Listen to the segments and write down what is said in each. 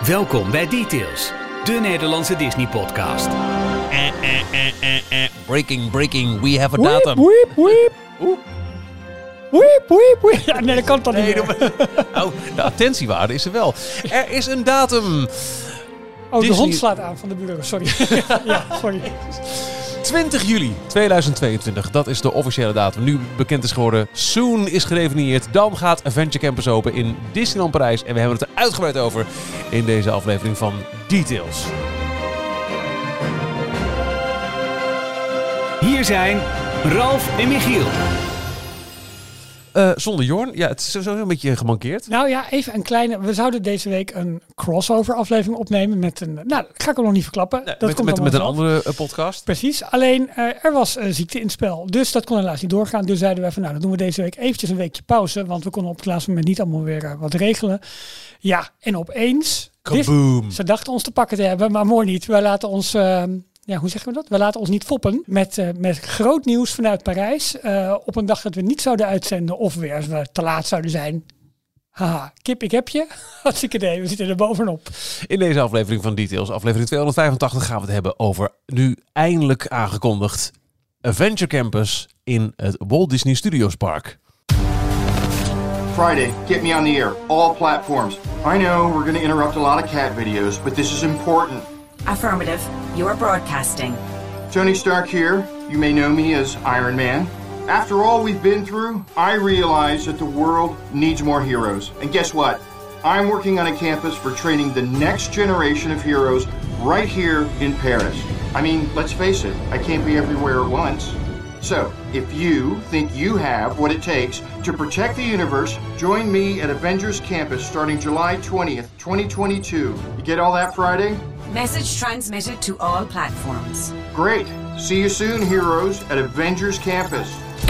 Welkom bij Details, de Nederlandse Disney-podcast. Breaking, we have a datum. Wiep, wiep. Wiep, wiep, wiep. Ja, nee, dat kan toch niet meer. Nou, de attentiewaarde is er wel. Er is een datum. Oh, de hond slaat aan van de bureau, sorry. Ja, sorry. 20 juli 2022, dat is de officiële datum. Nu bekend is geworden, Soon is gedefinieerd. Dan gaat Adventure Campus open in Disneyland Parijs. En we hebben het er uitgebreid over in deze aflevering van Details. Hier zijn Ralf en Michiel. Zonder Jorn, ja, het is sowieso een beetje gemankeerd. Nou ja, even een kleine... We zouden deze week een crossover aflevering opnemen met een... Nou, dat ga ik ook nog niet verklappen. Nee, dat komt met een andere podcast. Precies, alleen er was ziekte in het spel. Dus dat kon helaas niet doorgaan. Dus zeiden we van, nou, dan doen we deze week eventjes een weekje pauze. Want we konden op het laatste moment niet allemaal weer wat regelen. Ja, en opeens... Kaboom! Ze dachten ons te pakken te hebben, maar mooi niet. Wij laten ons... Ja, hoe zeggen we dat? We laten ons niet foppen met groot nieuws vanuit Parijs. Op een dag dat we niet zouden uitzenden of weer als we te laat zouden zijn. Haha, kip, ik heb je. Hartstikke idee, we zitten er bovenop. In deze aflevering van Details, aflevering 285, gaan we het hebben over nu eindelijk aangekondigd Adventure Campus in het Walt Disney Studios Park. Friday, get me on the air, all platforms. I know we're going to interrupt a lot of cat videos, but this is important. Affirmative. You are broadcasting. Tony Stark here. You may know me as Iron Man. After all we've been through, I realize that the world needs more heroes. And guess what? I'm working on a campus for training the next generation of heroes right here in Paris. I mean, let's face it, I can't be everywhere at once. So, if you think you have what it takes to protect the universe, join me at Avengers Campus starting July 20th, 2022. You get all that, Friday? Message transmitted to all platforms. Great. See you soon, heroes, at Avengers Campus.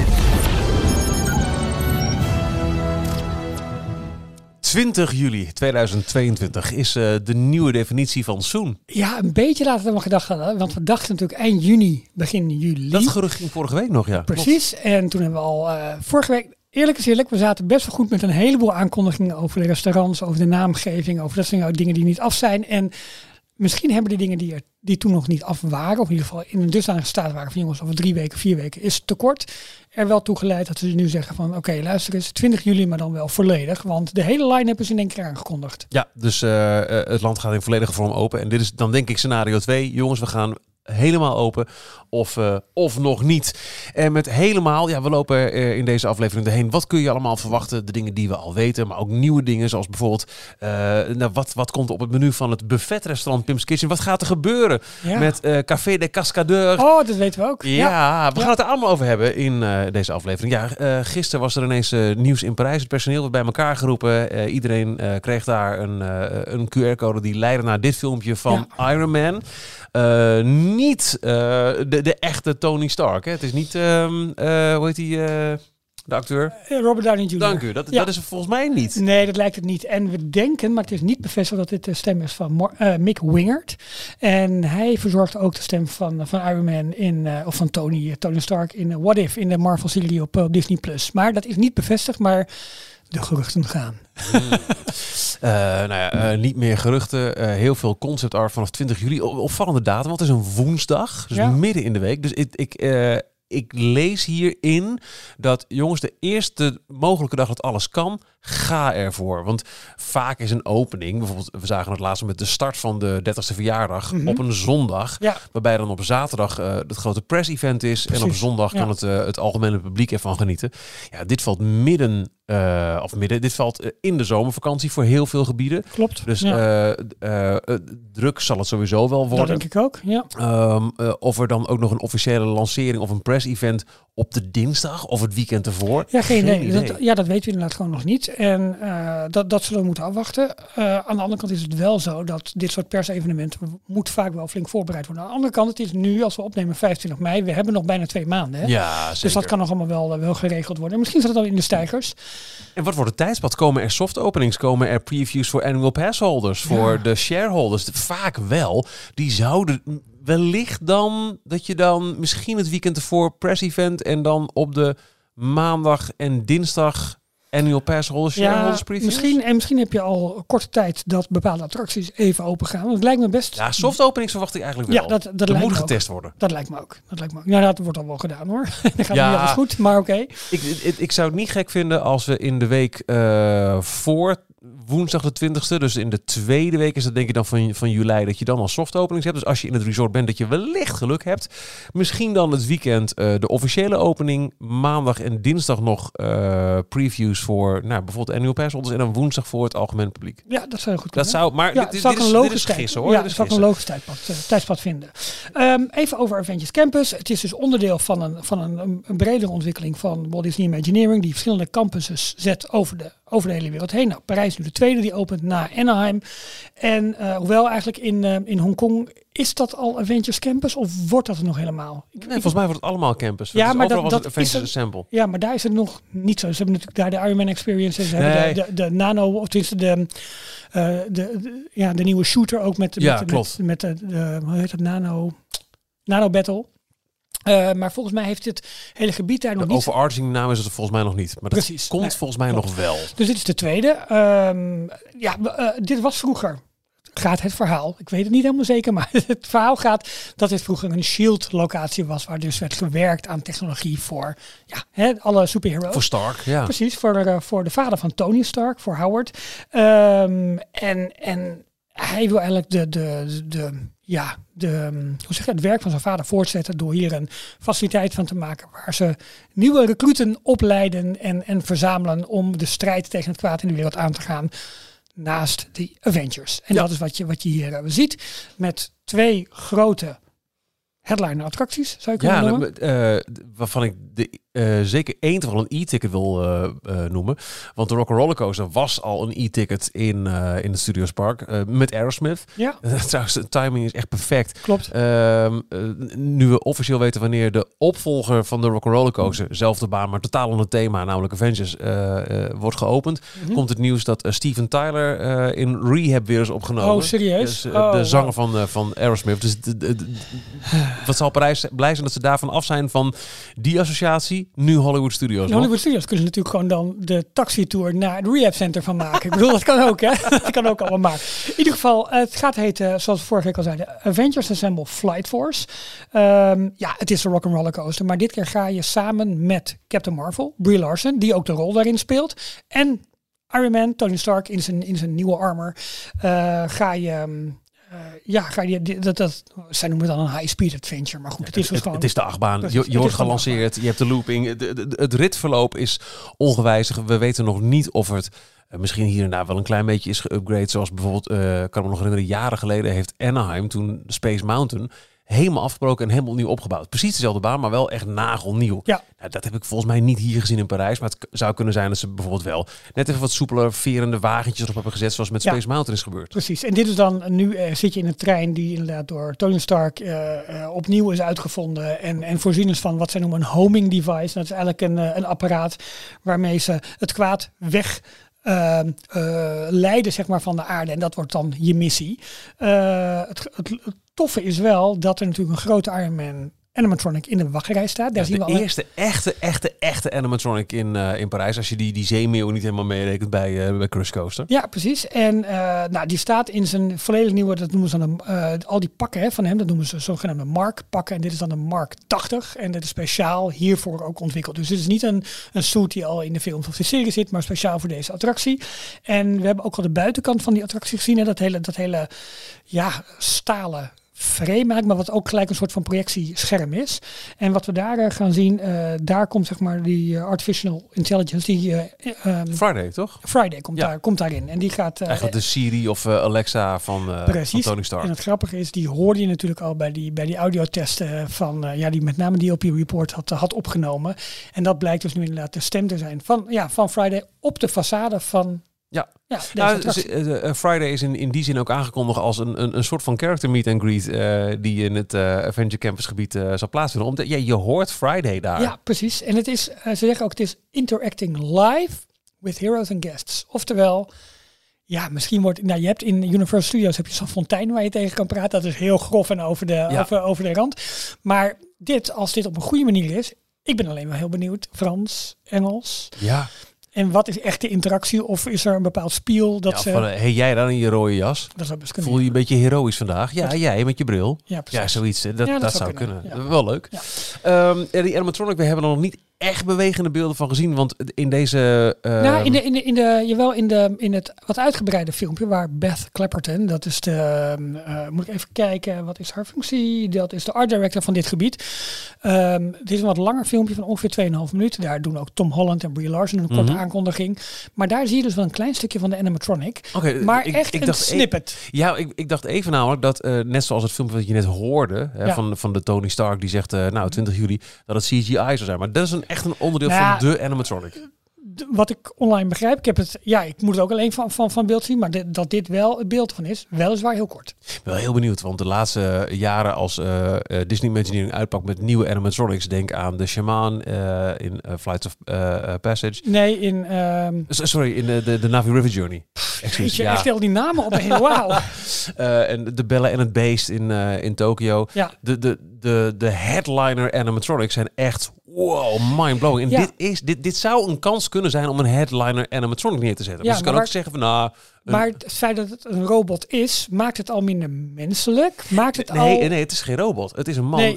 ...20 juli 2022 is de nieuwe definitie van Soon. Ja, een beetje later dan we gedacht hadden. Want we dachten natuurlijk eind juni, begin juli. Dat gerucht ging vorige week nog, ja. Precies. Klopt. En toen hebben we al vorige week... Eerlijk is eerlijk, we zaten best wel goed met een heleboel aankondigingen over de restaurants, over de naamgeving, over dat soort dingen die niet af zijn. En misschien hebben die dingen die toen nog niet af waren, of in ieder geval in een dusdanige staat waren van jongens, over 3 weken, 4 weken, is te kort. Er wel toe geleid dat ze nu zeggen van oké, luister eens, 20 juli, maar dan wel volledig. Want de hele line-up is in één keer aangekondigd. Ja, dus het land gaat in volledige vorm open. En dit is dan denk ik scenario 2. Jongens, we gaan helemaal open of nog niet. En met helemaal, ja, we lopen in deze aflevering erheen. Wat kun je allemaal verwachten? De dingen die we al weten, maar ook nieuwe dingen. Zoals bijvoorbeeld, wat komt op het menu van het buffetrestaurant Pim's Kitchen? Wat gaat er gebeuren met Café de Cascadeur? Oh, dat weten we ook. Ja, we gaan het er allemaal over hebben in deze aflevering. Ja, gisteren was er ineens nieuws in Parijs. Het personeel werd bij elkaar geroepen. Iedereen kreeg daar een QR-code die leidde naar dit filmpje van Iron Man. Niet de echte Tony Stark. Hè? Het is niet, hoe heet die, de acteur? Robert Downey Jr. Dank u. Dat is het volgens mij niet. Nee, dat lijkt het niet. En we denken, maar het is niet bevestigd dat dit de stem is van Mick Wingert. En hij verzorgt ook de stem van Iron Man of van Tony Stark in What If, in de Marvel-serie op Disney+. Maar dat is niet bevestigd, maar de geruchten gaan. Niet meer geruchten. Heel veel concept art vanaf 20 juli. Opvallende datum, want het is een woensdag. Dus midden in de week. Dus ik lees hierin dat, jongens, de eerste mogelijke dag dat alles kan, ga ervoor. Want vaak is een opening, bijvoorbeeld, we zagen het laatst met de start van de 30ste verjaardag op een zondag. Ja. Waarbij dan op zaterdag het grote press-event is. Precies. En op zondag kan het algemene publiek ervan genieten. Ja, dit valt dit valt in de zomervakantie voor heel veel gebieden. Klopt. Dus druk zal het sowieso wel worden. Dat denk ik ook, ja. Of er dan ook nog een officiële lancering of een press-event op de dinsdag of het weekend ervoor. Ja, geen idee. Dat weten we inderdaad gewoon nog niet. En dat zullen we moeten afwachten. Aan de andere kant is het wel zo dat dit soort persevenementen moet vaak wel flink voorbereid worden. Aan de andere kant, het is nu, als we opnemen 25 mei, we hebben nog bijna 2 maanden. Hè? Ja, zeker. Dus dat kan nog allemaal wel geregeld worden. En misschien zit het al in de stijgers. En wat wordt het tijdspad? Komen er soft openings? Komen er previews voor annual pass holders? Voor de shareholders? Vaak wel. Die zouden wellicht dan, dat je dan misschien het weekend ervoor press event en dan op de maandag en dinsdag annual pass holders, shareholders previews? Misschien heb je al korte tijd dat bepaalde attracties even open gaan. Want het lijkt me best... Ja, soft openings verwacht ik eigenlijk wel. Ja, dat moet getest worden. Dat lijkt me ook. Ja, dat wordt al wel gedaan hoor. Dan gaat niet alles goed, maar oké. Ik zou het niet gek vinden als we in de week voor woensdag de 20e, dus in de tweede week is dat denk ik dan van juli, dat je dan al soft openings hebt. Dus als je in het resort bent, dat je wellicht geluk hebt. Misschien dan het weekend de officiële opening. Maandag en dinsdag nog previews voor bijvoorbeeld annual pass holders. En dan woensdag voor het algemeen publiek. Ja, dat zou goed kunnen. Dat zou, maar dit is gissen hoor. Ja, dat zou ik een logisch tijdspad vinden. Even over Avengers Campus. Het is dus onderdeel van een bredere ontwikkeling van Walt Disney Imagineering, die verschillende campuses zet over de hele wereld heen. Nou, Parijs nu de tweede, die opent na Anaheim. En hoewel eigenlijk in Hongkong is dat al Avengers Campus of wordt dat er nog helemaal? Volgens mij wordt het allemaal campus. Ja, maar dat was het Avengers Assemble. Ja, maar daar is het nog niet zo. Ze hebben natuurlijk daar de Iron Man Experience. Ze hebben de Nano, of tenminste de nieuwe shooter ook met de hoe heet het, Nano Battle. Maar volgens mij heeft dit hele gebied daar nog niet... De overarching naam is het volgens mij nog niet. Maar dat komt volgens mij nog wel. Dus dit is de tweede. Dit was vroeger. Gaat het verhaal. Ik weet het niet helemaal zeker, maar het verhaal gaat dat dit vroeger een S.H.I.E.L.D. locatie was, waar dus werd gewerkt aan technologie voor alle superheroes. Voor Stark, ja. Precies, voor de vader van Tony Stark, voor Howard. En hij wil eigenlijk het werk van zijn vader voortzetten door hier een faciliteit van te maken waar ze nieuwe recruten opleiden en verzamelen om de strijd tegen het kwaad in de wereld aan te gaan naast de Avengers. En dat is wat je hier ziet met 2 grote headliner attracties, zou je kunnen noemen. Waarvan ik zeker één van een e-ticket wil noemen. Want de Rock'n'Roller Coaster was al een e-ticket in het Studios Park met Aerosmith. Ja. Trouwens, de timing is echt perfect. Klopt. Nu we officieel weten wanneer de opvolger van de Rock'n'Roller Coaster, zelfde baan, maar totaal ander thema, namelijk Avengers, wordt geopend. Komt het nieuws dat Steven Tyler in rehab weer is opgenomen. Oh, serieus? Dus, de zanger van Aerosmith. Dus wat zal Parijs blij zijn dat ze daarvan af zijn van die associatie. Nu Hollywood Studios. Hollywood Studios kunnen ze natuurlijk gewoon dan de taxitour naar het Rehab Center van maken. Ik bedoel, dat kan ook, hè? Dat kan ook allemaal maar. In ieder geval, het gaat heten, zoals we vorige week al zeiden, Avengers Assemble Flight Force. Het is een rock'n'roller coaster, maar dit keer ga je samen met Captain Marvel, Brie Larson, die ook de rol daarin speelt, en Iron Man, Tony Stark in zijn nieuwe armor, zij noemen het dan een high-speed adventure. Maar goed, het is dus gewoon... Het is de achtbaan. Je wordt gelanceerd. Je hebt de looping. Het ritverloop is ongewijzigd. We weten nog niet of het misschien hier en daar wel een klein beetje is geupgrade. Zoals bijvoorbeeld, kan me nog herinneren, jaren geleden heeft Anaheim toen Space Mountain helemaal afgebroken en helemaal nieuw opgebouwd. Precies dezelfde baan, maar wel echt nagelnieuw. Ja. Nou, dat heb ik volgens mij niet hier gezien in Parijs. Maar het zou kunnen zijn dat ze bijvoorbeeld wel net even wat soepeler verende wagentjes erop hebben gezet, zoals met Space Mountain is gebeurd. Precies. En dit is dan, nu zit je in een trein die inderdaad door Tony Stark opnieuw is uitgevonden en voorzien is van wat zij noemen een homing device. Dat is eigenlijk een apparaat waarmee ze het kwaad weg leiden, zeg maar, van de aarde. En dat wordt dan je missie. Het toffe is wel dat er natuurlijk een grote Iron Man animatronic in de wachtrij staat. Daar zien we eerste echte animatronic in Parijs. Als je die zeemeeuw niet helemaal meerekent bij Cruise Coaster. Ja, precies. En die staat in zijn volledig nieuwe, dat noemen ze dan al die pakken van hem, dat noemen ze zogenaamde Mark pakken. En dit is dan de Mark 80. En dit is speciaal hiervoor ook ontwikkeld. Dus dit is niet een suit die al in de films of de serie zit, maar speciaal voor deze attractie. En we hebben ook al de buitenkant van die attractie gezien. Hè, dat hele stalen frame, maar wat ook gelijk een soort van projectiescherm is. En wat we daar gaan zien, daar komt zeg maar die artificial intelligence, Friday, toch? Friday komt daarin. En die gaat eigenlijk de Siri of Alexa van Tony Stark. En het grappige is, die hoorde je natuurlijk al bij die audiotesten van die met name DLP Report had opgenomen. En dat blijkt dus nu inderdaad de stem te zijn van Friday op de façade van Friday is in die zin ook aangekondigd als een soort van character meet and greet die in het Avenger Campus gebied zal plaatsvinden. Omdat je hoort Friday daar. Ja, precies. En het is, ze zeggen ook, het is interacting live with heroes and guests. Oftewel, misschien wordt... je hebt in Universal Studios heb je zo'n fontein waar je tegen kan praten. Dat is heel grof en over de rand. Maar als dit op een goede manier is, ik ben alleen maar heel benieuwd. Frans, Engels. Ja. En wat is echt de interactie? Of is er een bepaald spiel dat ze... Hey, jij dan in je rode jas? Dat zou best kunnen. Voel je een beetje heroïs vandaag? Ja, jij met je bril. Ja, precies. Ja, zoiets. Dat zou kunnen. Ja. Wel leuk. Ja. Die animatronic, we hebben er nog niet echt bewegende beelden van gezien, want in deze... in het wat uitgebreide filmpje waar Beth Clapperton, dat is moet ik even kijken, wat is haar functie? Dat is de art director van dit gebied. Dit is een wat langer filmpje van ongeveer 2,5 minuten. Daar doen ook Tom Holland en Brie Larson een korte aankondiging. Maar daar zie je dus wel een klein stukje van de animatronic. Okay, maar echt een snippet. Ik dacht even namelijk dat, net zoals het filmpje dat je net hoorde, van de Tony Stark, die zegt, 20 juli, dat het CGI zou zijn. Maar dat is echt een onderdeel van de animatronic. Wat ik online begrijp, ik moet het ook alleen van beeld zien, maar dat dit wel het beeld van is, weliswaar heel kort. Ik ben heel benieuwd, want de laatste jaren als Disney Imagineering uitpakt met nieuwe animatronics, denk aan de Shaman in Flights of Passage. Nee, in... in de Navi River Journey. Weet je, echt al die namen op een wauw. En de Bella en het Beest in Tokio. Ja. De headliner animatronics zijn echt mind-blowing. En dit zou een kans kunnen zijn om een headliner animatronic neer te zetten. Dus je kan ook zeggen van maar het feit dat het een robot is, maakt het al minder menselijk? Nee, het is geen robot. Het is een man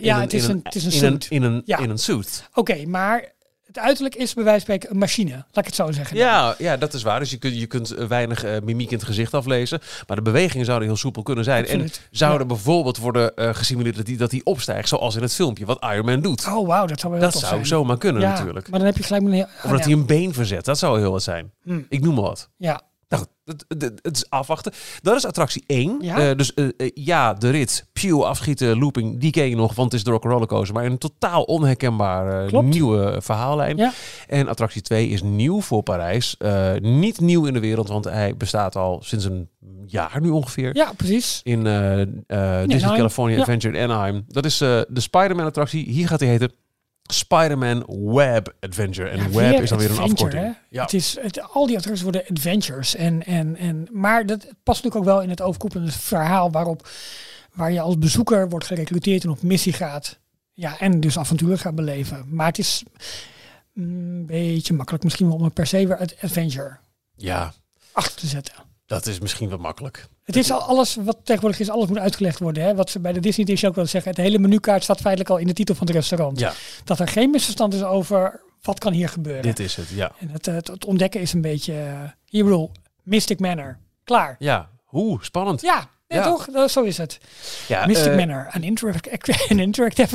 in een suit. Oké, maar het uiterlijk is bij wijze van spreken een machine. Laat ik het zo zeggen. Ja, dat is waar. Dus je kunt weinig mimiek in het gezicht aflezen. Maar de bewegingen zouden heel soepel kunnen zijn. Absoluut. En zouden bijvoorbeeld worden gesimuleerd dat hij opstijgt. Zoals in het filmpje wat Iron Man doet. Oh wauw, dat zou wel Dat zou zomaar kunnen natuurlijk. Maar dan heb je gelijk... Of dat hij een been verzet. Dat zou heel wat zijn. Ik noem maar wat. Ja. Nou, het is afwachten. Dat is attractie 1. Ja? De rit, afschieten, looping, die ken je nog, want het is de Rock'n'Roller Coaster. Maar een totaal onherkenbare nieuwe verhaallijn. Ja. En attractie 2 is nieuw voor Parijs. Niet nieuw in de wereld, want hij bestaat al sinds een jaar nu ongeveer. Ja, precies. In Disney California Adventure in Anaheim. Dat is de Spider-Man attractie. Hier gaat hij heten Spider-Man Web Adventure. En Web is dan weer een afkorting. Ja. Al die attracties worden adventures. Maar dat past natuurlijk ook wel in het overkoepelende verhaal waar je als bezoeker wordt gerecruiteerd en op missie gaat. Ja, en dus avonturen gaat beleven. Maar het is een beetje makkelijk misschien wel om er per se weer het adventure achter te zetten. Dat is misschien wat makkelijk. Het is alles wat tegenwoordig is, alles moet uitgelegd worden. Hè? Wat ze bij de Disney Dish ook wel zeggen, het hele menukaart staat feitelijk al in de titel van het restaurant. Ja. Dat er geen misverstand is over wat kan hier gebeuren. Dit is het, ja. En het ontdekken is een beetje, hier bedoel, Mystic Manor. Klaar. Ja, spannend. Ja. Ja, toch? Zo is het. Ja, Mystic Manor, een interactive...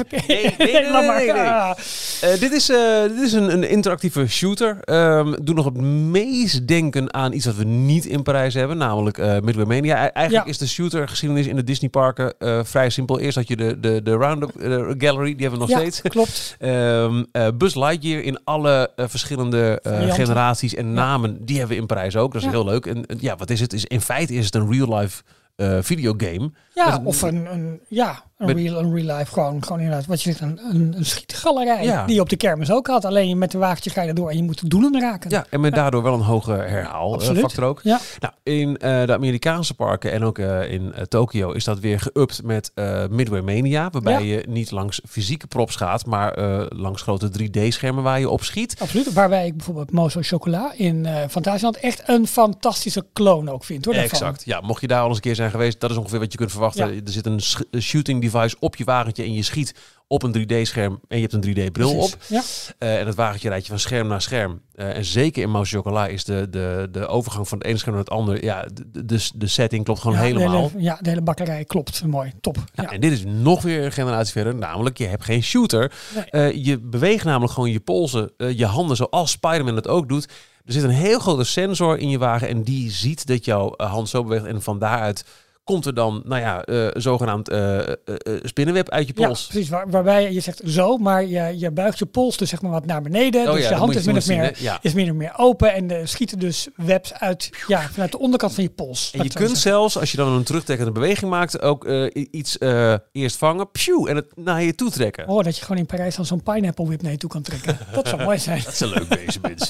Nee. Dit is een interactieve shooter. Doe nog het meest denken aan iets wat we niet in Parijs hebben, namelijk Midway Mania. Eigenlijk is de shooter-geschiedenis in de Disneyparken vrij simpel. Eerst had je de Roundup Gallery, die hebben we nog steeds. Klopt. Buzz Lightyear in alle verschillende generaties en namen, die hebben we in Parijs ook. Dat is heel leuk. En wat is het? In feite is het een real-life videogame. Ja, of een real life, gewoon inderdaad, wat je zegt, een schietgalerij die je op de kermis ook had. Alleen met een wagentje ga je erdoor en je moet de doelen raken. Ja, en met daardoor wel een hoge herhaalfactor ook. Ja. Nou, in de Amerikaanse parken en ook in Tokio is dat weer geüpt met Midway Mania, waarbij je niet langs fysieke props gaat, maar langs grote 3D-schermen waar je op schiet. Absoluut, waarbij ik bijvoorbeeld Mozo Chocolat in Fantasieland echt een fantastische clone ook vind. Hoor, exact, ja. Mocht je daar al eens een keer zijn geweest, dat is ongeveer wat je kunt verwachten. Ja. Er zit een shooting device op je wagentje en je schiet op een 3D-scherm en je hebt een 3D-bril op. Ja. En het wagentje rijdt je van scherm naar scherm. En zeker in Mouse Chocolat is de overgang van het ene scherm naar het andere. Ja, de setting klopt gewoon helemaal. De hele bakkerij klopt. Mooi, top. Ja. En dit is nog weer een generatie verder. Namelijk, je hebt geen shooter. Nee. Je beweegt namelijk gewoon je polsen, je handen zoals Spider-Man het ook doet. Er zit een heel grote sensor in je wagen en die ziet dat jouw hand zo beweegt. En van daaruit komt er dan, zogenaamd spinnenweb uit je pols. Ja, precies. Waarbij je zegt zo, maar je buigt je pols dus zeg maar wat naar beneden. Dus je hand is min of meer open en er schieten dus webs uit vanuit de onderkant van je pols. En je kunt zelfs, als je dan een terugtrekkende beweging maakt, ook iets eerst vangen en het naar je toe trekken. Oh, dat je gewoon in Parijs dan zo'n pineapple whip naar je toe kan trekken. Dat zou mooi zijn. Dat zou leuk wezen, mensen.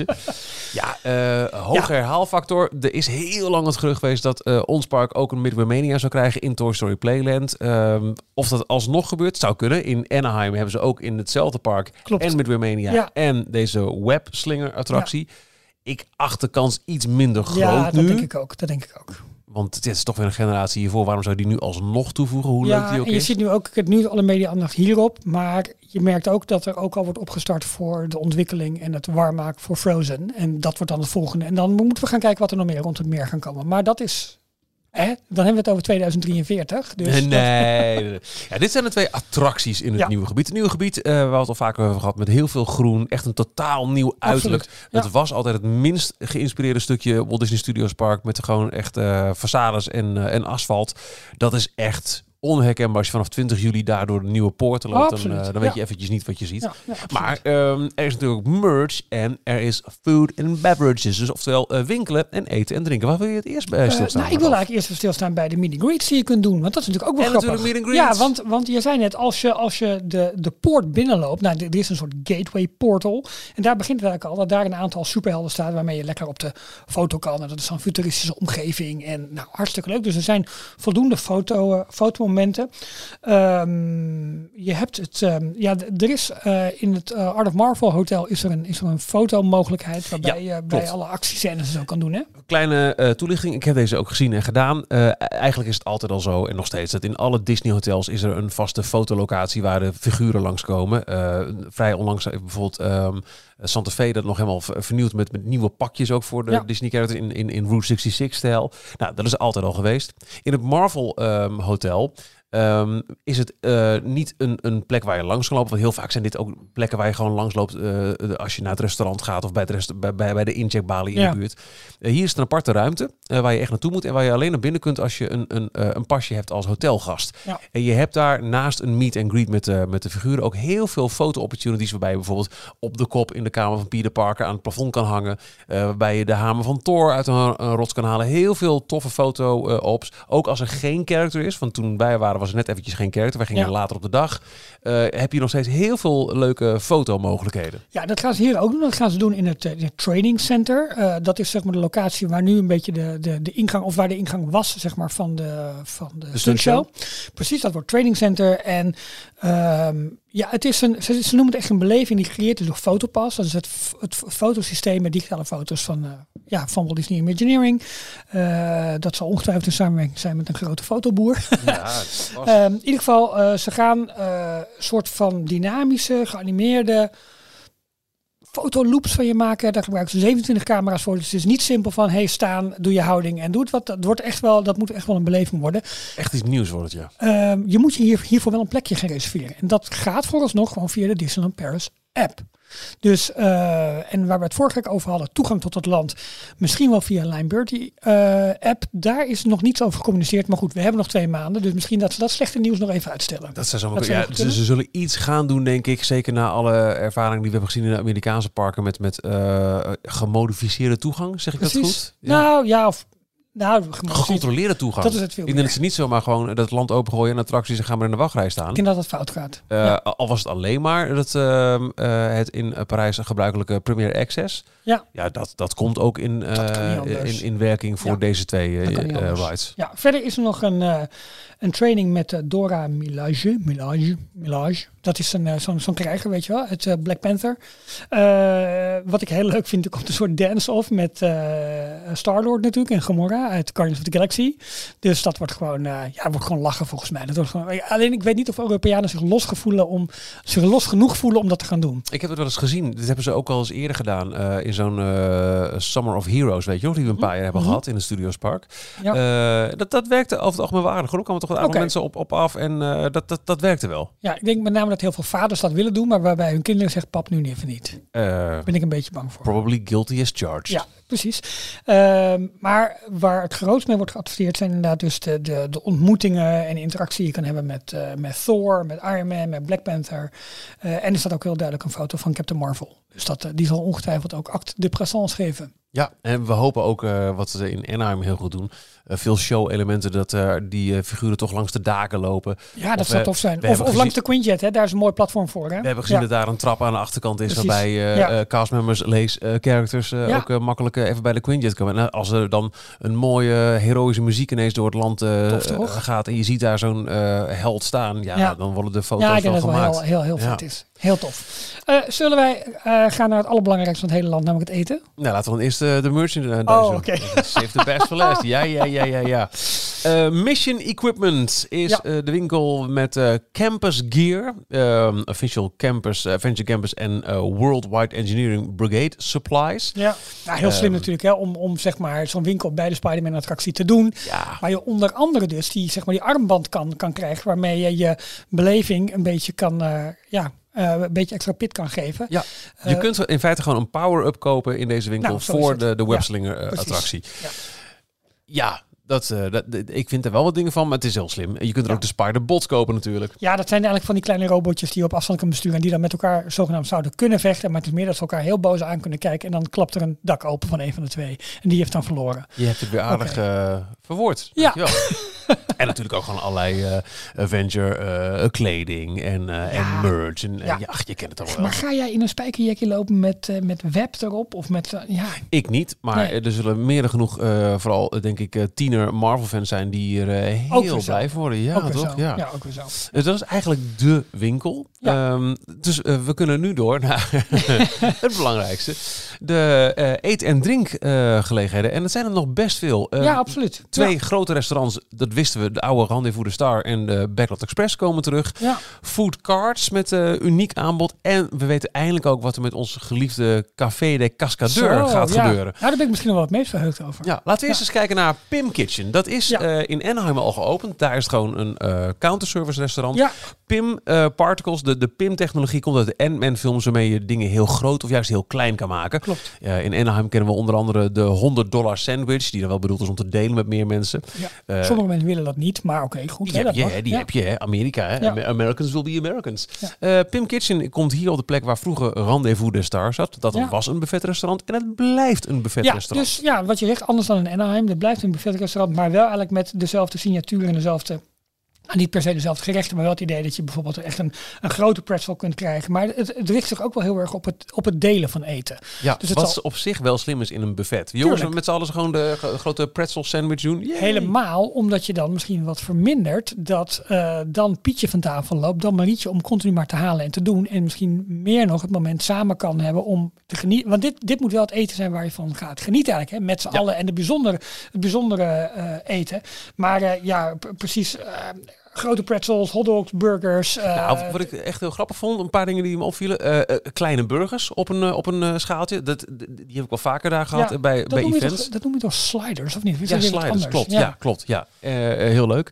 Hoge herhaalfactor. Er is heel lang het gerucht geweest dat ons park ook een Midway Mania zou krijgen in Toy Story Playland. Of dat alsnog gebeurt, zou kunnen. In Anaheim hebben ze ook in hetzelfde park en Midway Mania en deze webslinger attractie. Ja. Ik acht de kans iets minder groot ja, nu. Dat denk ik ook. Want het is toch weer een generatie hiervoor. Waarom zou je die nu alsnog toevoegen? Hoe leuk die ook en je is? ziet nu ook nu alle media-aandacht hierop. Maar je merkt ook dat er ook al wordt opgestart voor de ontwikkeling en het warmmaken voor Frozen. En dat wordt dan het volgende. En dan moeten we gaan kijken wat er nog meer rond het meer gaan komen. Maar dat is... Dan hebben we het over 2043. Dus nee. Ja, dit zijn de 2 attracties in het nieuwe gebied. Het nieuwe gebied, waar we het al vaker over gehad, met heel veel groen. Echt een totaal nieuw uiterlijk. Het was altijd het minst geïnspireerde stukje Walt Disney Studios Park. Met gewoon echt façades en asfalt. Dat is echt onherkenbaar als je vanaf 20 juli daar door de nieuwe poorten loopt. Dan weet je eventjes niet wat je ziet. Ja, maar er is natuurlijk merch en er is food and beverages. Dus oftewel winkelen en eten en drinken. Waar wil je het eerst bij stilstaan? Ik wil eigenlijk eerst stilstaan bij de meet and greets die je kunt doen. Want dat is natuurlijk ook wel grappig. Natuurlijk meet and greets. Ja, want je zei net, als je de poort binnenloopt. Nou, er is een soort gateway portal. En daar begint het eigenlijk al. Dat daar een aantal superhelden staat waarmee je lekker op de foto kan. En dat is een futuristische omgeving. En nou, hartstikke leuk. Dus er zijn voldoende fotomomenten. Je hebt het... er is in het Art of Marvel Hotel is er een fotomogelijkheid waarbij je bij alle actiescènes zo kan doen. Hè? Kleine toelichting. Ik heb deze ook gezien en gedaan. Eigenlijk is het altijd al zo en nog steeds dat in alle Disney hotels is er een vaste fotolocatie waar de figuren langskomen. Vrij onlangs bijvoorbeeld Santa Fe dat nog helemaal vernieuwd met nieuwe pakjes ook voor de Disney characters in Route 66 stijl. Nou, dat is altijd al geweest. In het Marvel Hotel is het niet een plek waar je langs kan lopen. Want heel vaak zijn dit ook plekken waar je gewoon langs loopt als je naar het restaurant gaat of bij de incheckbalie in de buurt. Hier is het een aparte ruimte waar je echt naartoe moet en waar je alleen naar binnen kunt als je een pasje hebt als hotelgast. Ja. En je hebt daar naast een meet and greet met de figuren ook heel veel foto-opportunities waarbij je bijvoorbeeld op de kop in de kamer van Peter Parker aan het plafond kan hangen. Waarbij je de hamer van Thor uit een rots kan halen. Heel veel toffe foto-ops. Ook als er geen character is. Want toen wij waren was er net eventjes geen character. Wij gingen later op de dag. Heb je nog steeds heel veel leuke fotomogelijkheden. Ja, dat gaan ze hier ook doen. Dat gaan ze doen in het training center. Dat is zeg maar de locatie waar nu een beetje de ingang, of waar de ingang was, zeg maar, van de stuntshow. Precies, dat wordt training center. En het is ze noemen het echt een beleving die gecreëerd is door Fotopass. Dat is het fotosysteem met digitale foto's van Walt Disney Imagineering. Dat zal ongetwijfeld in samenwerking zijn met een grote fotoboer. Ja, in ieder geval, ze gaan soort van dynamische, geanimeerde fotoloops van je maken. Daar gebruiken ze 27 camera's voor. Dus het is niet simpel van, staan, doe je houding en doe het wat. Dat moet echt wel een beleving worden. Echt iets nieuws wordt het, je moet je hiervoor wel een plekje gaan reserveren. En dat gaat vooralsnog gewoon via de Disneyland Paris app. Dus, en waar we het vorige week over hadden, toegang tot het land, misschien wel via Lineberty app, daar is nog niets over gecommuniceerd. Maar goed, we hebben nog 2 maanden, dus misschien dat ze dat slechte nieuws nog even uitstellen. Dat zou zo kunnen. Ze zullen iets gaan doen, denk ik, zeker na alle ervaringen die we hebben gezien in de Amerikaanse parken met gemodificeerde toegang, zeg ik dat goed? Ja. Gecontroleerde toegang. Dat is het veel meer. Ik denk dat ze niet zomaar gewoon dat land opengooien en attracties en gaan maar in de wachtrij staan. Ik denk dat het fout gaat. Al was het alleen maar het in Parijs gebruikelijke Premier Access. Ja, dat komt ook in werking voor deze 2 rides. Ja, verder is er nog een training met Dora Milaje. Dat is zo'n krijger, weet je wel, uit Black Panther. Wat ik heel leuk vind, er komt een soort dance-off met Star-Lord natuurlijk en Gamora uit Guardians of the Galaxy. Dus dat wordt gewoon, wordt gewoon lachen volgens mij. Dat wordt gewoon, alleen ik weet niet of Europeanen zich los genoeg voelen om dat te gaan doen. Ik heb het wel eens gezien. Dit hebben ze ook al eens eerder gedaan in zo'n Summer of Heroes, weet je nog, die we een paar jaar hebben gehad in het Studios Park. Ja. Dat werkte over het algemeen waardig. Er kwamen toch wat aantal mensen op af en dat werkte wel. Ja, ik denk met name dat heel veel vaders dat willen doen, maar waarbij hun kinderen zeggen, pap, nu even niet. Ben ik een beetje bang voor. Probably guilty as charged. Ja, precies. Maar waar het grootst mee wordt geadverteerd zijn inderdaad dus de ontmoetingen en interactie die je kan hebben met Thor, met Iron Man, met Black Panther. En er staat ook heel duidelijk een foto van Captain Marvel. Dus die zal ongetwijfeld ook acte de présence geven. Ja, en we hopen ook wat ze in Anaheim heel goed doen. Veel show-elementen dat die figuren toch langs de daken lopen. Ja, dat zou tof zijn. Of langs de Quinjet, hè? Daar is een mooi platform voor. Hè? We hebben gezien dat daar een trap aan de achterkant is. Precies. Waarbij castmembers, characters ook makkelijk even bij de Quinjet komen. En als er dan een mooie heroïsche muziek ineens door het land gaat en je ziet daar zo'n held staan, dan worden de foto's wel gemaakt. Ja, ik denk dat het wel heel vet is. Heel tof. Zullen wij gaan naar het allerbelangrijkste van het hele land, namelijk het eten? Nou, laten we dan eerst de merchandise doen. Oké. Save the best for last. Ja. Mission Equipment is de winkel met Campus Gear, Official Campus, Adventure Campus en Worldwide Engineering Brigade Supplies. Ja, heel slim natuurlijk, hè, om zeg maar zo'n winkel bij de Spider-Man attractie te doen. Ja. Waar je onder andere dus die armband kan krijgen, waarmee je je beleving een beetje kan, een beetje extra pit kan geven. Ja, je kunt in feite gewoon een power-up kopen in deze winkel voor de Webslinger attractie. Ja, ik vind er wel wat dingen van, maar het is heel slim. Je kunt er ook de Spider-Bots kopen natuurlijk. Ja, dat zijn eigenlijk van die kleine robotjes die je op afstand kan besturen en die dan met elkaar zogenaamd zouden kunnen vechten. Maar het is meer dat ze elkaar heel boos aan kunnen kijken en dan klapt er een dak open van een van de twee. En die heeft dan verloren. Je hebt het weer aardig verwoord. Ja. En natuurlijk ook gewoon allerlei Avenger kleding en merch. En je kent het allemaal wel. Maar ga jij in een spijkerjekje lopen met web erop? Of met, Ik niet, maar er zullen meer dan genoeg, vooral denk ik, tiener Marvel-fans zijn die hier heel blij voor worden. Ja, ook toch? Zo. Ja, ook weer zo. Dus dat is eigenlijk de winkel. Ja. Dus we kunnen nu door naar het belangrijkste. De eet- en drinkgelegenheden. En dat zijn er nog best veel. Ja, absoluut. 2 grote restaurants, dat wisten we. De oude Rendezvous de Star en de Backlot Express komen terug. Ja. Food carts met uniek aanbod. En we weten eindelijk ook wat er met onze geliefde Café de Cascadeur gaat gebeuren. Nou, daar ben ik misschien wel wat meest verheugd over. Ja, laten we eerst eens kijken naar Pim Kitchen. Dat is in Anaheim al geopend. Daar is het gewoon een counterservice restaurant. Ja. Pim Particles, de Pim-technologie komt uit de Ant-Man films waarmee je dingen heel groot of juist heel klein kan maken. Klopt. In Anaheim kennen we onder andere de $100 sandwich, die dan wel bedoeld is om te delen met meer mensen. Ja. Sommige mensen willen dat niet, maar oké, goed. Die heb je, hè? Amerika. Hè? Ja. Americans will be Americans. Ja. Pim Kitchen komt hier op de plek waar vroeger Rendezvous de Star zat. Dat was een buffetrestaurant en het blijft een buffetrestaurant. Dus wat je zegt, anders dan in Anaheim, het blijft een buffetrestaurant, maar wel eigenlijk met dezelfde signatuur en dezelfde... Niet per se dezelfde gerechten, maar wel het idee dat je bijvoorbeeld echt een grote pretzel kunt krijgen. Maar het richt zich ook wel heel erg op het delen van eten. Ja, dus wat op zich wel slim is in een buffet. Jongens, met z'n allen gewoon de grote pretzel sandwich doen. Yay. Helemaal, omdat je dan misschien wat vermindert dat dan Pietje van tafel loopt, dan Marietje om continu maar te halen en te doen. En misschien meer nog het moment samen kan hebben om te genieten. Want dit moet wel het eten zijn waar je van gaat genieten eigenlijk. Hè, met z'n allen en het bijzondere eten. Maar precies... grote pretzels, hotdogs, burgers. Wat ik echt heel grappig vond, een paar dingen die me opvielen. Kleine burgers op een schaaltje. Die heb ik wel vaker daar gehad bij events. Dat noem je toch sliders, of niet? Ja, sliders, klopt. Ja. Heel leuk.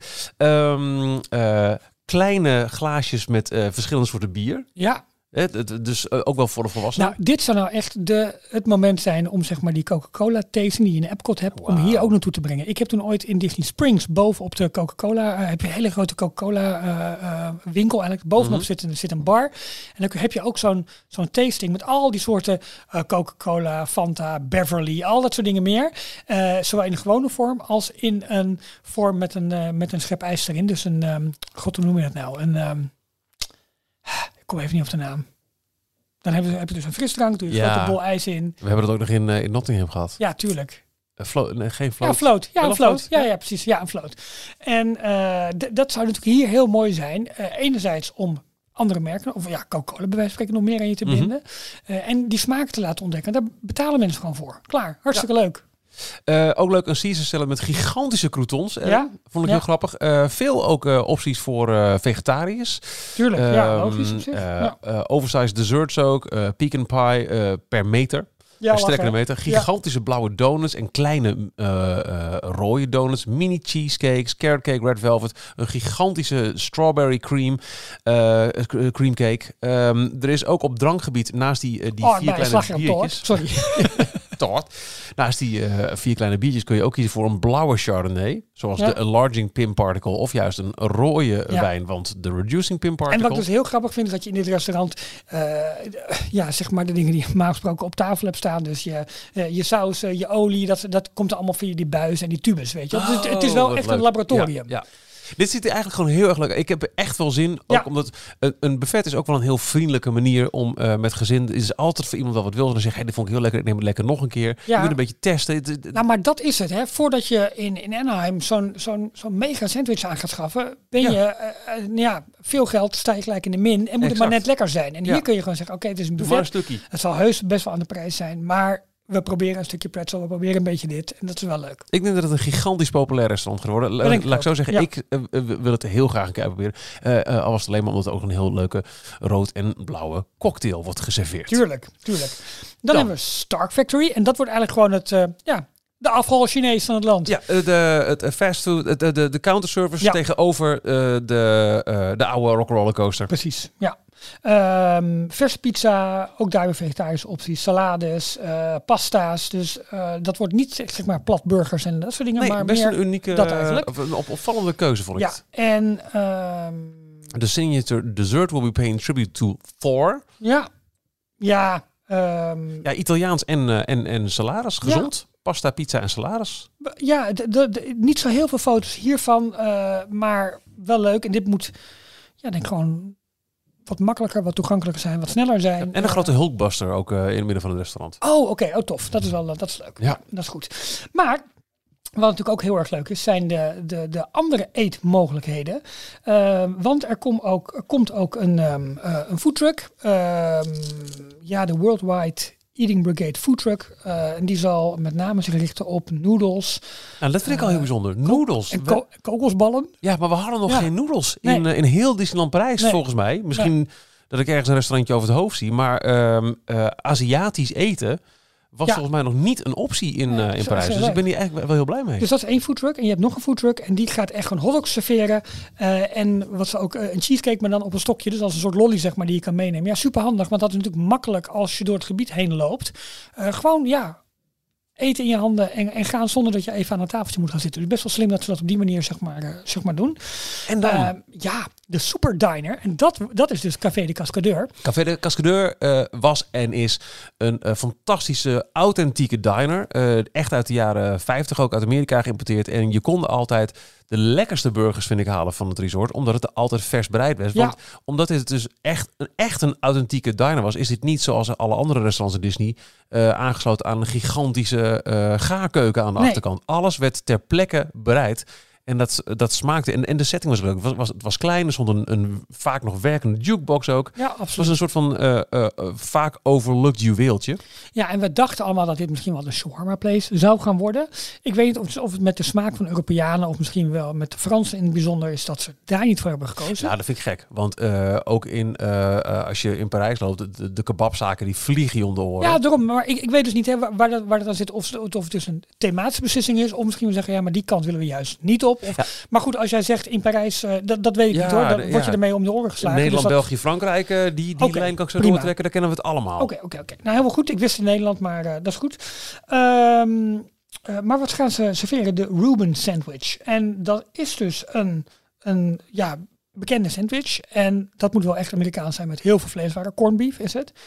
Kleine glaasjes met verschillende soorten bier. Ja. Dus ook wel voor de volwassenen. Nou, dit zou nou echt het moment zijn om zeg maar die Coca-Cola tasting die je in Epcot hebt, om hier ook naartoe te brengen. Ik heb toen ooit in Disney Springs bovenop de Coca-Cola, heb je een hele grote Coca-Cola winkel eigenlijk. Bovenop zit een bar. En dan heb je ook zo'n tasting met al die soorten Coca-Cola, Fanta, Beverly, al dat soort dingen meer. Zowel in een gewone vorm als in een vorm met een schep ijs erin. Dus god, hoe noem je dat nou? Ik kom even niet op de naam. Dan heb je dus een frisdrank, doe je een grote bol ijs in. We hebben dat ook nog in Nottingham gehad. Ja, tuurlijk. Geen float. Ja, float. Ja, een float. Ja, precies. Ja, een float. En dat zou natuurlijk hier heel mooi zijn. Enerzijds om andere merken, of Coca-Cola bij wijze van spreken nog meer aan je te binden. En die smaken te laten ontdekken. Daar betalen mensen gewoon voor. Klaar. Hartstikke leuk. Ook leuk een Caesar salad met gigantische croutons. Vond ik heel grappig. Veel ook opties voor vegetariërs. Tuurlijk, logisch op zich. Oversized desserts ook. Pecan pie per meter. Per strekkende meter. Gigantische blauwe donuts en kleine rode donuts. Mini cheesecakes, carrot cake, red velvet. Een gigantische strawberry cream cake. Er is ook op drankgebied naast die 4 kleine biertjes. Sorry. Tart. Naast die 4 kleine biertjes kun je ook kiezen voor een blauwe Chardonnay. Zoals de Enlarging Pin Particle. Of juist een rode wijn. Want de Reducing Pin Particle... En wat ik dus heel grappig vind, is dat je in dit restaurant... zeg maar de dingen die je normaal gesproken op tafel hebt staan. Dus je saus, je olie, dat komt er allemaal via die buis en die tubes, weet je. Dus het is wel echt leuk. Een laboratorium. Ja. Dit ziet er eigenlijk gewoon heel erg leuk. Ik heb er echt wel zin. Ook omdat een buffet is ook wel een heel vriendelijke manier om met gezin. Het is altijd voor iemand wel wat wil. Dan zeg je, dit vond ik heel lekker. Ik neem het lekker nog een keer. Je moet een beetje testen. Nou, maar dat is het. Hè. Voordat je in Anaheim zo'n mega sandwich aan gaat schaffen, ben je veel geld, sta je gelijk in de min en moet het maar net lekker zijn. En hier kun je gewoon zeggen, oké, het is een buffet. Een stukje. Het zal heus best wel aan de prijs zijn, maar we proberen een stukje pretzel, we proberen een beetje dit. En dat is wel leuk. Ik denk dat het een gigantisch populair restaurant gaat worden. Laat ik zo zeggen, ik wil het heel graag een keer proberen. Al was het alleen maar omdat er ook een heel leuke rood en blauwe cocktail wordt geserveerd. Tuurlijk. Dan hebben we Stark Factory. En dat wordt eigenlijk gewoon de afval Chinees van het land. Ja, het fast food, de counterservice tegenover de oude rock'n'roller coaster. Precies, ja. Verse pizza, ook daar weer vegetarische opties, salades, pasta's. Dus dat wordt niet zeg maar plat burgers en dat soort dingen. Nee, maar best meer een unieke, een opvallende keuze vond ik. Ja, en de signature dessert will be paying tribute to Thor. Ja, Italiaans en salades, gezond. Ja. Pasta, pizza en salades. Ja, niet zo heel veel foto's hiervan, maar wel leuk. En dit moet, denk ik gewoon wat makkelijker, wat toegankelijker zijn, wat sneller zijn. Ja, en een grote Hulkbuster ook in het midden van het restaurant. Oh, oké. Oh, tof. Dat is leuk. Ja, dat is goed. Maar wat natuurlijk ook heel erg leuk is, zijn de andere eetmogelijkheden. Want er komt ook een foodtruck. De Worldwide Eating Brigade foodtruck. En die zal met name zich richten op noedels. Nou, dat vind ik al heel bijzonder. Noedels. En kokosballen. Ja, maar we hadden nog geen noedels in heel Disneyland Parijs volgens mij. Misschien dat ik ergens een restaurantje over het hoofd zie. Maar Aziatisch eten was volgens mij nog niet een optie in Parijs. Dus ik ben hier eigenlijk wel heel blij mee. Dus dat is 1 foodtruck. En je hebt nog een foodtruck. En die gaat echt gewoon hotdogs serveren. En wat ze ook een cheesecake, maar dan op een stokje. Dus als een soort lolly, zeg maar, die je kan meenemen. Ja, super handig. Want dat is natuurlijk makkelijk als je door het gebied heen loopt. Eten in je handen en gaan zonder dat je even aan een tafeltje moet gaan zitten. Dus best wel slim dat ze dat op die manier zeg maar doen. En dan? De Super Diner. En dat is dus Café de Cascadeur. Café de Cascadeur was en is een fantastische, authentieke diner. Echt uit de jaren 50, ook uit Amerika geïmporteerd. En je kon altijd de lekkerste burgers, vind ik, halen van het resort. Omdat het er altijd vers bereid was. Want omdat dit dus echt een authentieke diner was, is dit niet zoals alle andere restaurants in Disney aangesloten aan een gigantische gaarkeuken aan de achterkant. Alles werd ter plekke bereid. En dat smaakte. En de setting was leuk. Het was klein. Er stond een vaak nog werkende jukebox ook. Ja, absoluut. Het was een soort van vaak overlooked juweeltje. Ja, en we dachten allemaal dat dit misschien wel een shawarma place zou gaan worden. Ik weet niet of het met de smaak van Europeanen of misschien wel met de Fransen in het bijzonder is dat ze daar niet voor hebben gekozen. Ja, dat vind ik gek. Want ook als je in Parijs loopt, de kebabzaken die vliegen je om de oren. Ja, daarom. Maar ik weet dus niet waar dat dan zit. Of het dus een thematische beslissing is. Of misschien we zeggen, maar die kant willen we juist niet op. Maar goed, als jij zegt in Parijs, dat weet ik niet hoor. Dan word je ermee om de oren geslagen. Nederland, dus België, Frankrijk, die lijn kan ik zo doortrekken. Daar kennen we het allemaal. Oké. Nou, helemaal goed. Ik wist in Nederland, maar dat is goed. Maar wat gaan ze serveren? De Reuben sandwich. En dat is dus een bekende sandwich. En dat moet wel echt Amerikaans zijn met heel veel vleeswaren. Corned beef is het.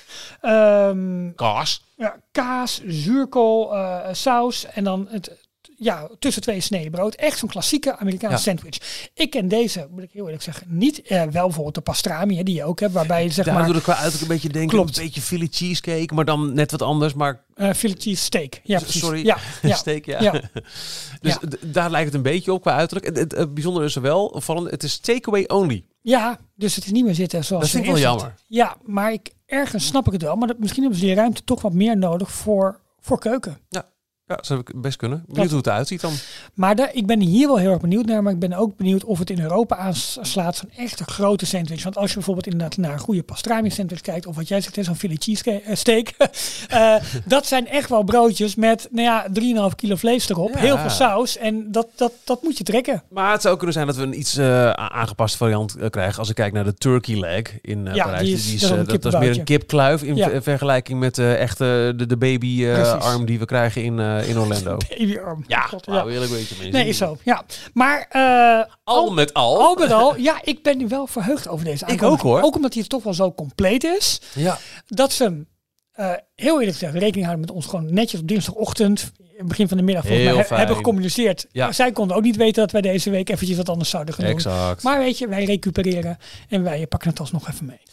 Kaas. Ja, kaas, zuurkool, saus en dan tussen 2 sneden brood. Echt zo'n klassieke Amerikaanse sandwich. Ik ken deze, moet ik heel eerlijk zeggen, niet. Wel bijvoorbeeld de pastrami, die je ook hebt, waarbij je Daar doe ik qua uiterlijk een beetje denken. Klopt. Een beetje Philly cheesecake, maar dan net wat anders. Maar Philly cheese steak. Ja, precies. Sorry, ja. steak, ja. Dus daar lijkt het een beetje op qua uiterlijk. Het bijzondere is er wel opvallend. Het is takeaway only. Ja, dus het is niet meer zitten zoals dat vind ik wel jammer. Ja, maar ergens snap ik het wel. Maar misschien hebben ze die ruimte toch wat meer nodig voor keuken. Ja. Ja, zou ik best kunnen. Benieuwd hoe het eruit ziet dan. Maar ik ben hier wel heel erg benieuwd naar. Maar ik ben ook benieuwd of het in Europa aanslaat zo'n echte grote sandwich. Want als je bijvoorbeeld inderdaad naar een goede pastrami sandwich kijkt. Of wat jij zegt, zo'n Philly cheesesteak. Dat zijn echt wel broodjes met 3,5 kilo vlees erop. Ja. Heel veel saus. En dat moet je trekken. Maar het zou kunnen zijn dat we een iets aangepaste variant krijgen. Als ik kijk naar de turkey leg in Parijs. Dat is meer een kipkluif in vergelijking met de babyarm die we krijgen in Orlando. Babyarm. Ja, eerlijk weet je mensen. Nee, is zo. Ja. Maar al met al. Ja, ik ben nu wel verheugd over deze aankondiging. Ik ook hoor. Ook omdat hij toch wel zo compleet is. Ja. Dat ze heel eerlijk gezegd rekening houden met ons gewoon netjes op dinsdagochtend, begin van de middag volgens mij hebben gecommuniceerd. Ja. Zij konden ook niet weten dat wij deze week eventjes wat anders zouden gaan doen. Exact. Maar weet je, wij recupereren en wij pakken het alsnog even mee.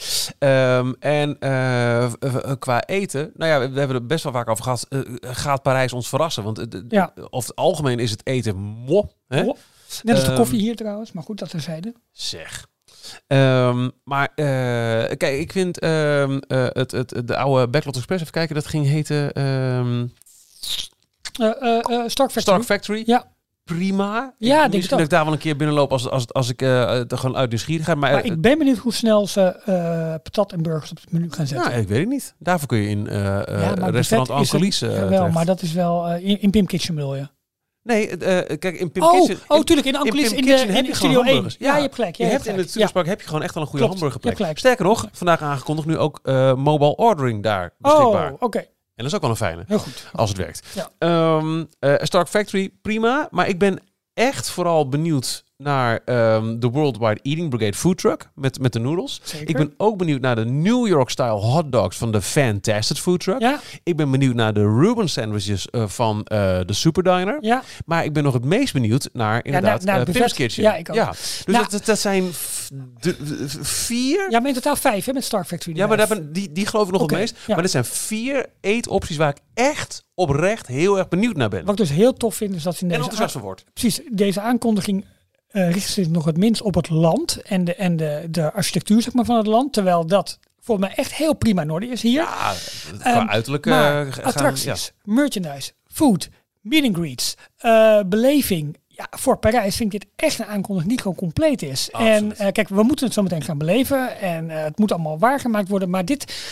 Qua eten, we hebben er best wel vaak over gehad. Gaat Parijs ons verrassen? Want over het algemeen is het eten mop. Net als de koffie hier trouwens, maar goed, dat terzijde. Zeg. Kijk, ik vind de oude Backlot Express, even kijken, dat ging heten Stark Factory. Ja. Prima. Ja, misschien dat ik daar wel een keer binnenloop als ik er gewoon uit nieuwsgierigheid. Maar ik ben benieuwd hoe snel ze patat en burgers op het menu gaan zetten. Nou, ik weet het niet. Daarvoor kun je in restaurant Ancolis wel, maar dat is wel in Pimp Kitchen bedoel je? Nee, kijk, in Pimp Kitchen... tuurlijk, in Ancolis in Studio 1. Ja, je hebt gelijk. Je hebt in het Studiospark heb je gewoon echt wel een goede hamburgerplek. Sterker nog, vandaag aangekondigd nu ook mobile ordering daar beschikbaar. Oké. En dat is ook wel een fijne. Heel goed. Als het werkt. Ja. Stark Factory, prima. Maar ik ben echt vooral benieuwd naar de Worldwide Eating Brigade Food Truck met de noedels. Zeker. Ik ben ook benieuwd naar de New York Style hot dogs van de Fantastic Food Truck. Ja. Ik ben benieuwd naar de Reuben sandwiches van de Super Diner. Ja. Maar ik ben nog het meest benieuwd naar inderdaad Pim's Kitchen. Ja, ik ook. Ja. Dus dat zijn 4... Ja, maar in totaal 5 met Stark Factory. Ja, maar die geloof ik nog het meest. Ja. Maar dit zijn 4 eetopties waar ik echt oprecht heel erg benieuwd naar ben. Wat ik dus heel tof vind is dat ze in deze... En enthousiast van wordt. Precies, deze aankondiging richt zich nog het minst op het land en de architectuur zeg maar, van het land. Terwijl dat volgens mij echt heel prima in orde is hier. Ja, qua uiterlijk attracties, merchandise, food, meet and greets, beleving. Ja, voor Parijs vind ik dit echt een aankondiging die gewoon compleet is. Absoluut. En kijk, we moeten het zo meteen gaan beleven. En het moet allemaal waargemaakt worden. Maar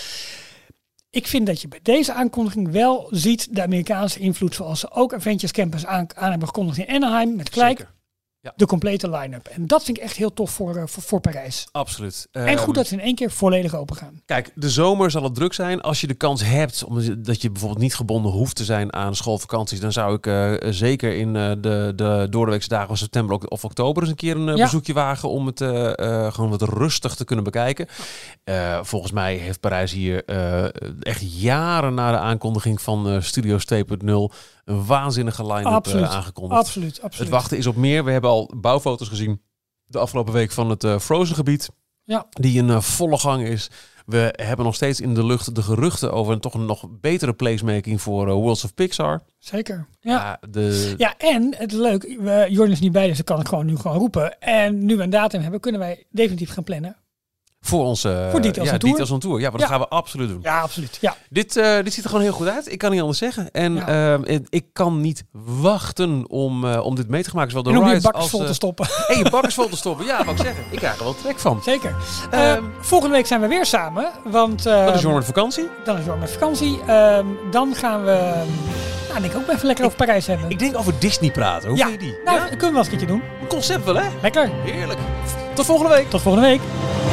ik vind dat je bij deze aankondiging wel ziet de Amerikaanse invloed. Zoals ze ook Adventures Campus aan hebben gekondigd in Anaheim. Met gelijk de complete line-up. En dat vind ik echt heel tof voor Parijs. Absoluut. En goed dat ze in één keer volledig open gaan. Kijk, de zomer zal het druk zijn. Als je de kans hebt, omdat je bijvoorbeeld niet gebonden hoeft te zijn aan schoolvakanties, dan zou ik zeker in de doordeweekse dagen van september of oktober eens een keer een bezoekje wagen om het gewoon wat rustig te kunnen bekijken. Volgens mij heeft Parijs hier echt jaren na de aankondiging van Studios 2.0 een waanzinnige line-up aangekondigd. Absoluut. Het wachten is op meer. We hebben al bouwfoto's gezien de afgelopen week van het Frozen gebied. Ja. Die in volle gang is. We hebben nog steeds in de lucht de geruchten over een toch een nog betere placemaking voor Worlds of Pixar. Zeker. Ja, en het is leuk. Jordan is niet bij, dus ik kan het nu gewoon roepen. En nu we een datum hebben, kunnen wij definitief gaan plannen. Voor onze Details on Tour. Ja, maar dat gaan we absoluut doen. Ja, absoluut. Ja. Dit ziet er gewoon heel goed uit. Ik kan niet anders zeggen. En ik kan niet wachten om dit mee te maken. Zowel de en om rides je bakkers vol te stoppen. En je bakkers vol te stoppen. Ja, wat ik zeggen. Ik krijg er wel trek van. Zeker. Volgende week zijn we weer samen. Want, dat is Jorn met vakantie. Dan is Jorn met vakantie. Dan gaan we... denk ik ook even lekker over Parijs hebben. Ik denk over Disney praten. Hoe vind je die? Nou, dat kunnen we wel eens een keertje doen. Een concept wel, hè? Lekker. Heerlijk. Tot volgende week. Tot volgende week.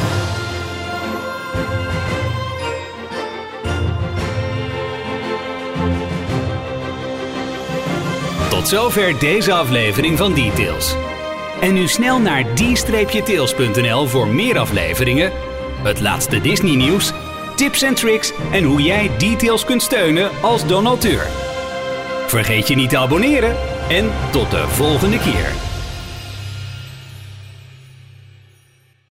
Tot zover deze aflevering van Details. En nu snel naar d-tails.nl voor meer afleveringen, het laatste Disney nieuws, tips en tricks en hoe jij Details kunt steunen als donateur. Vergeet je niet te abonneren en tot de volgende keer.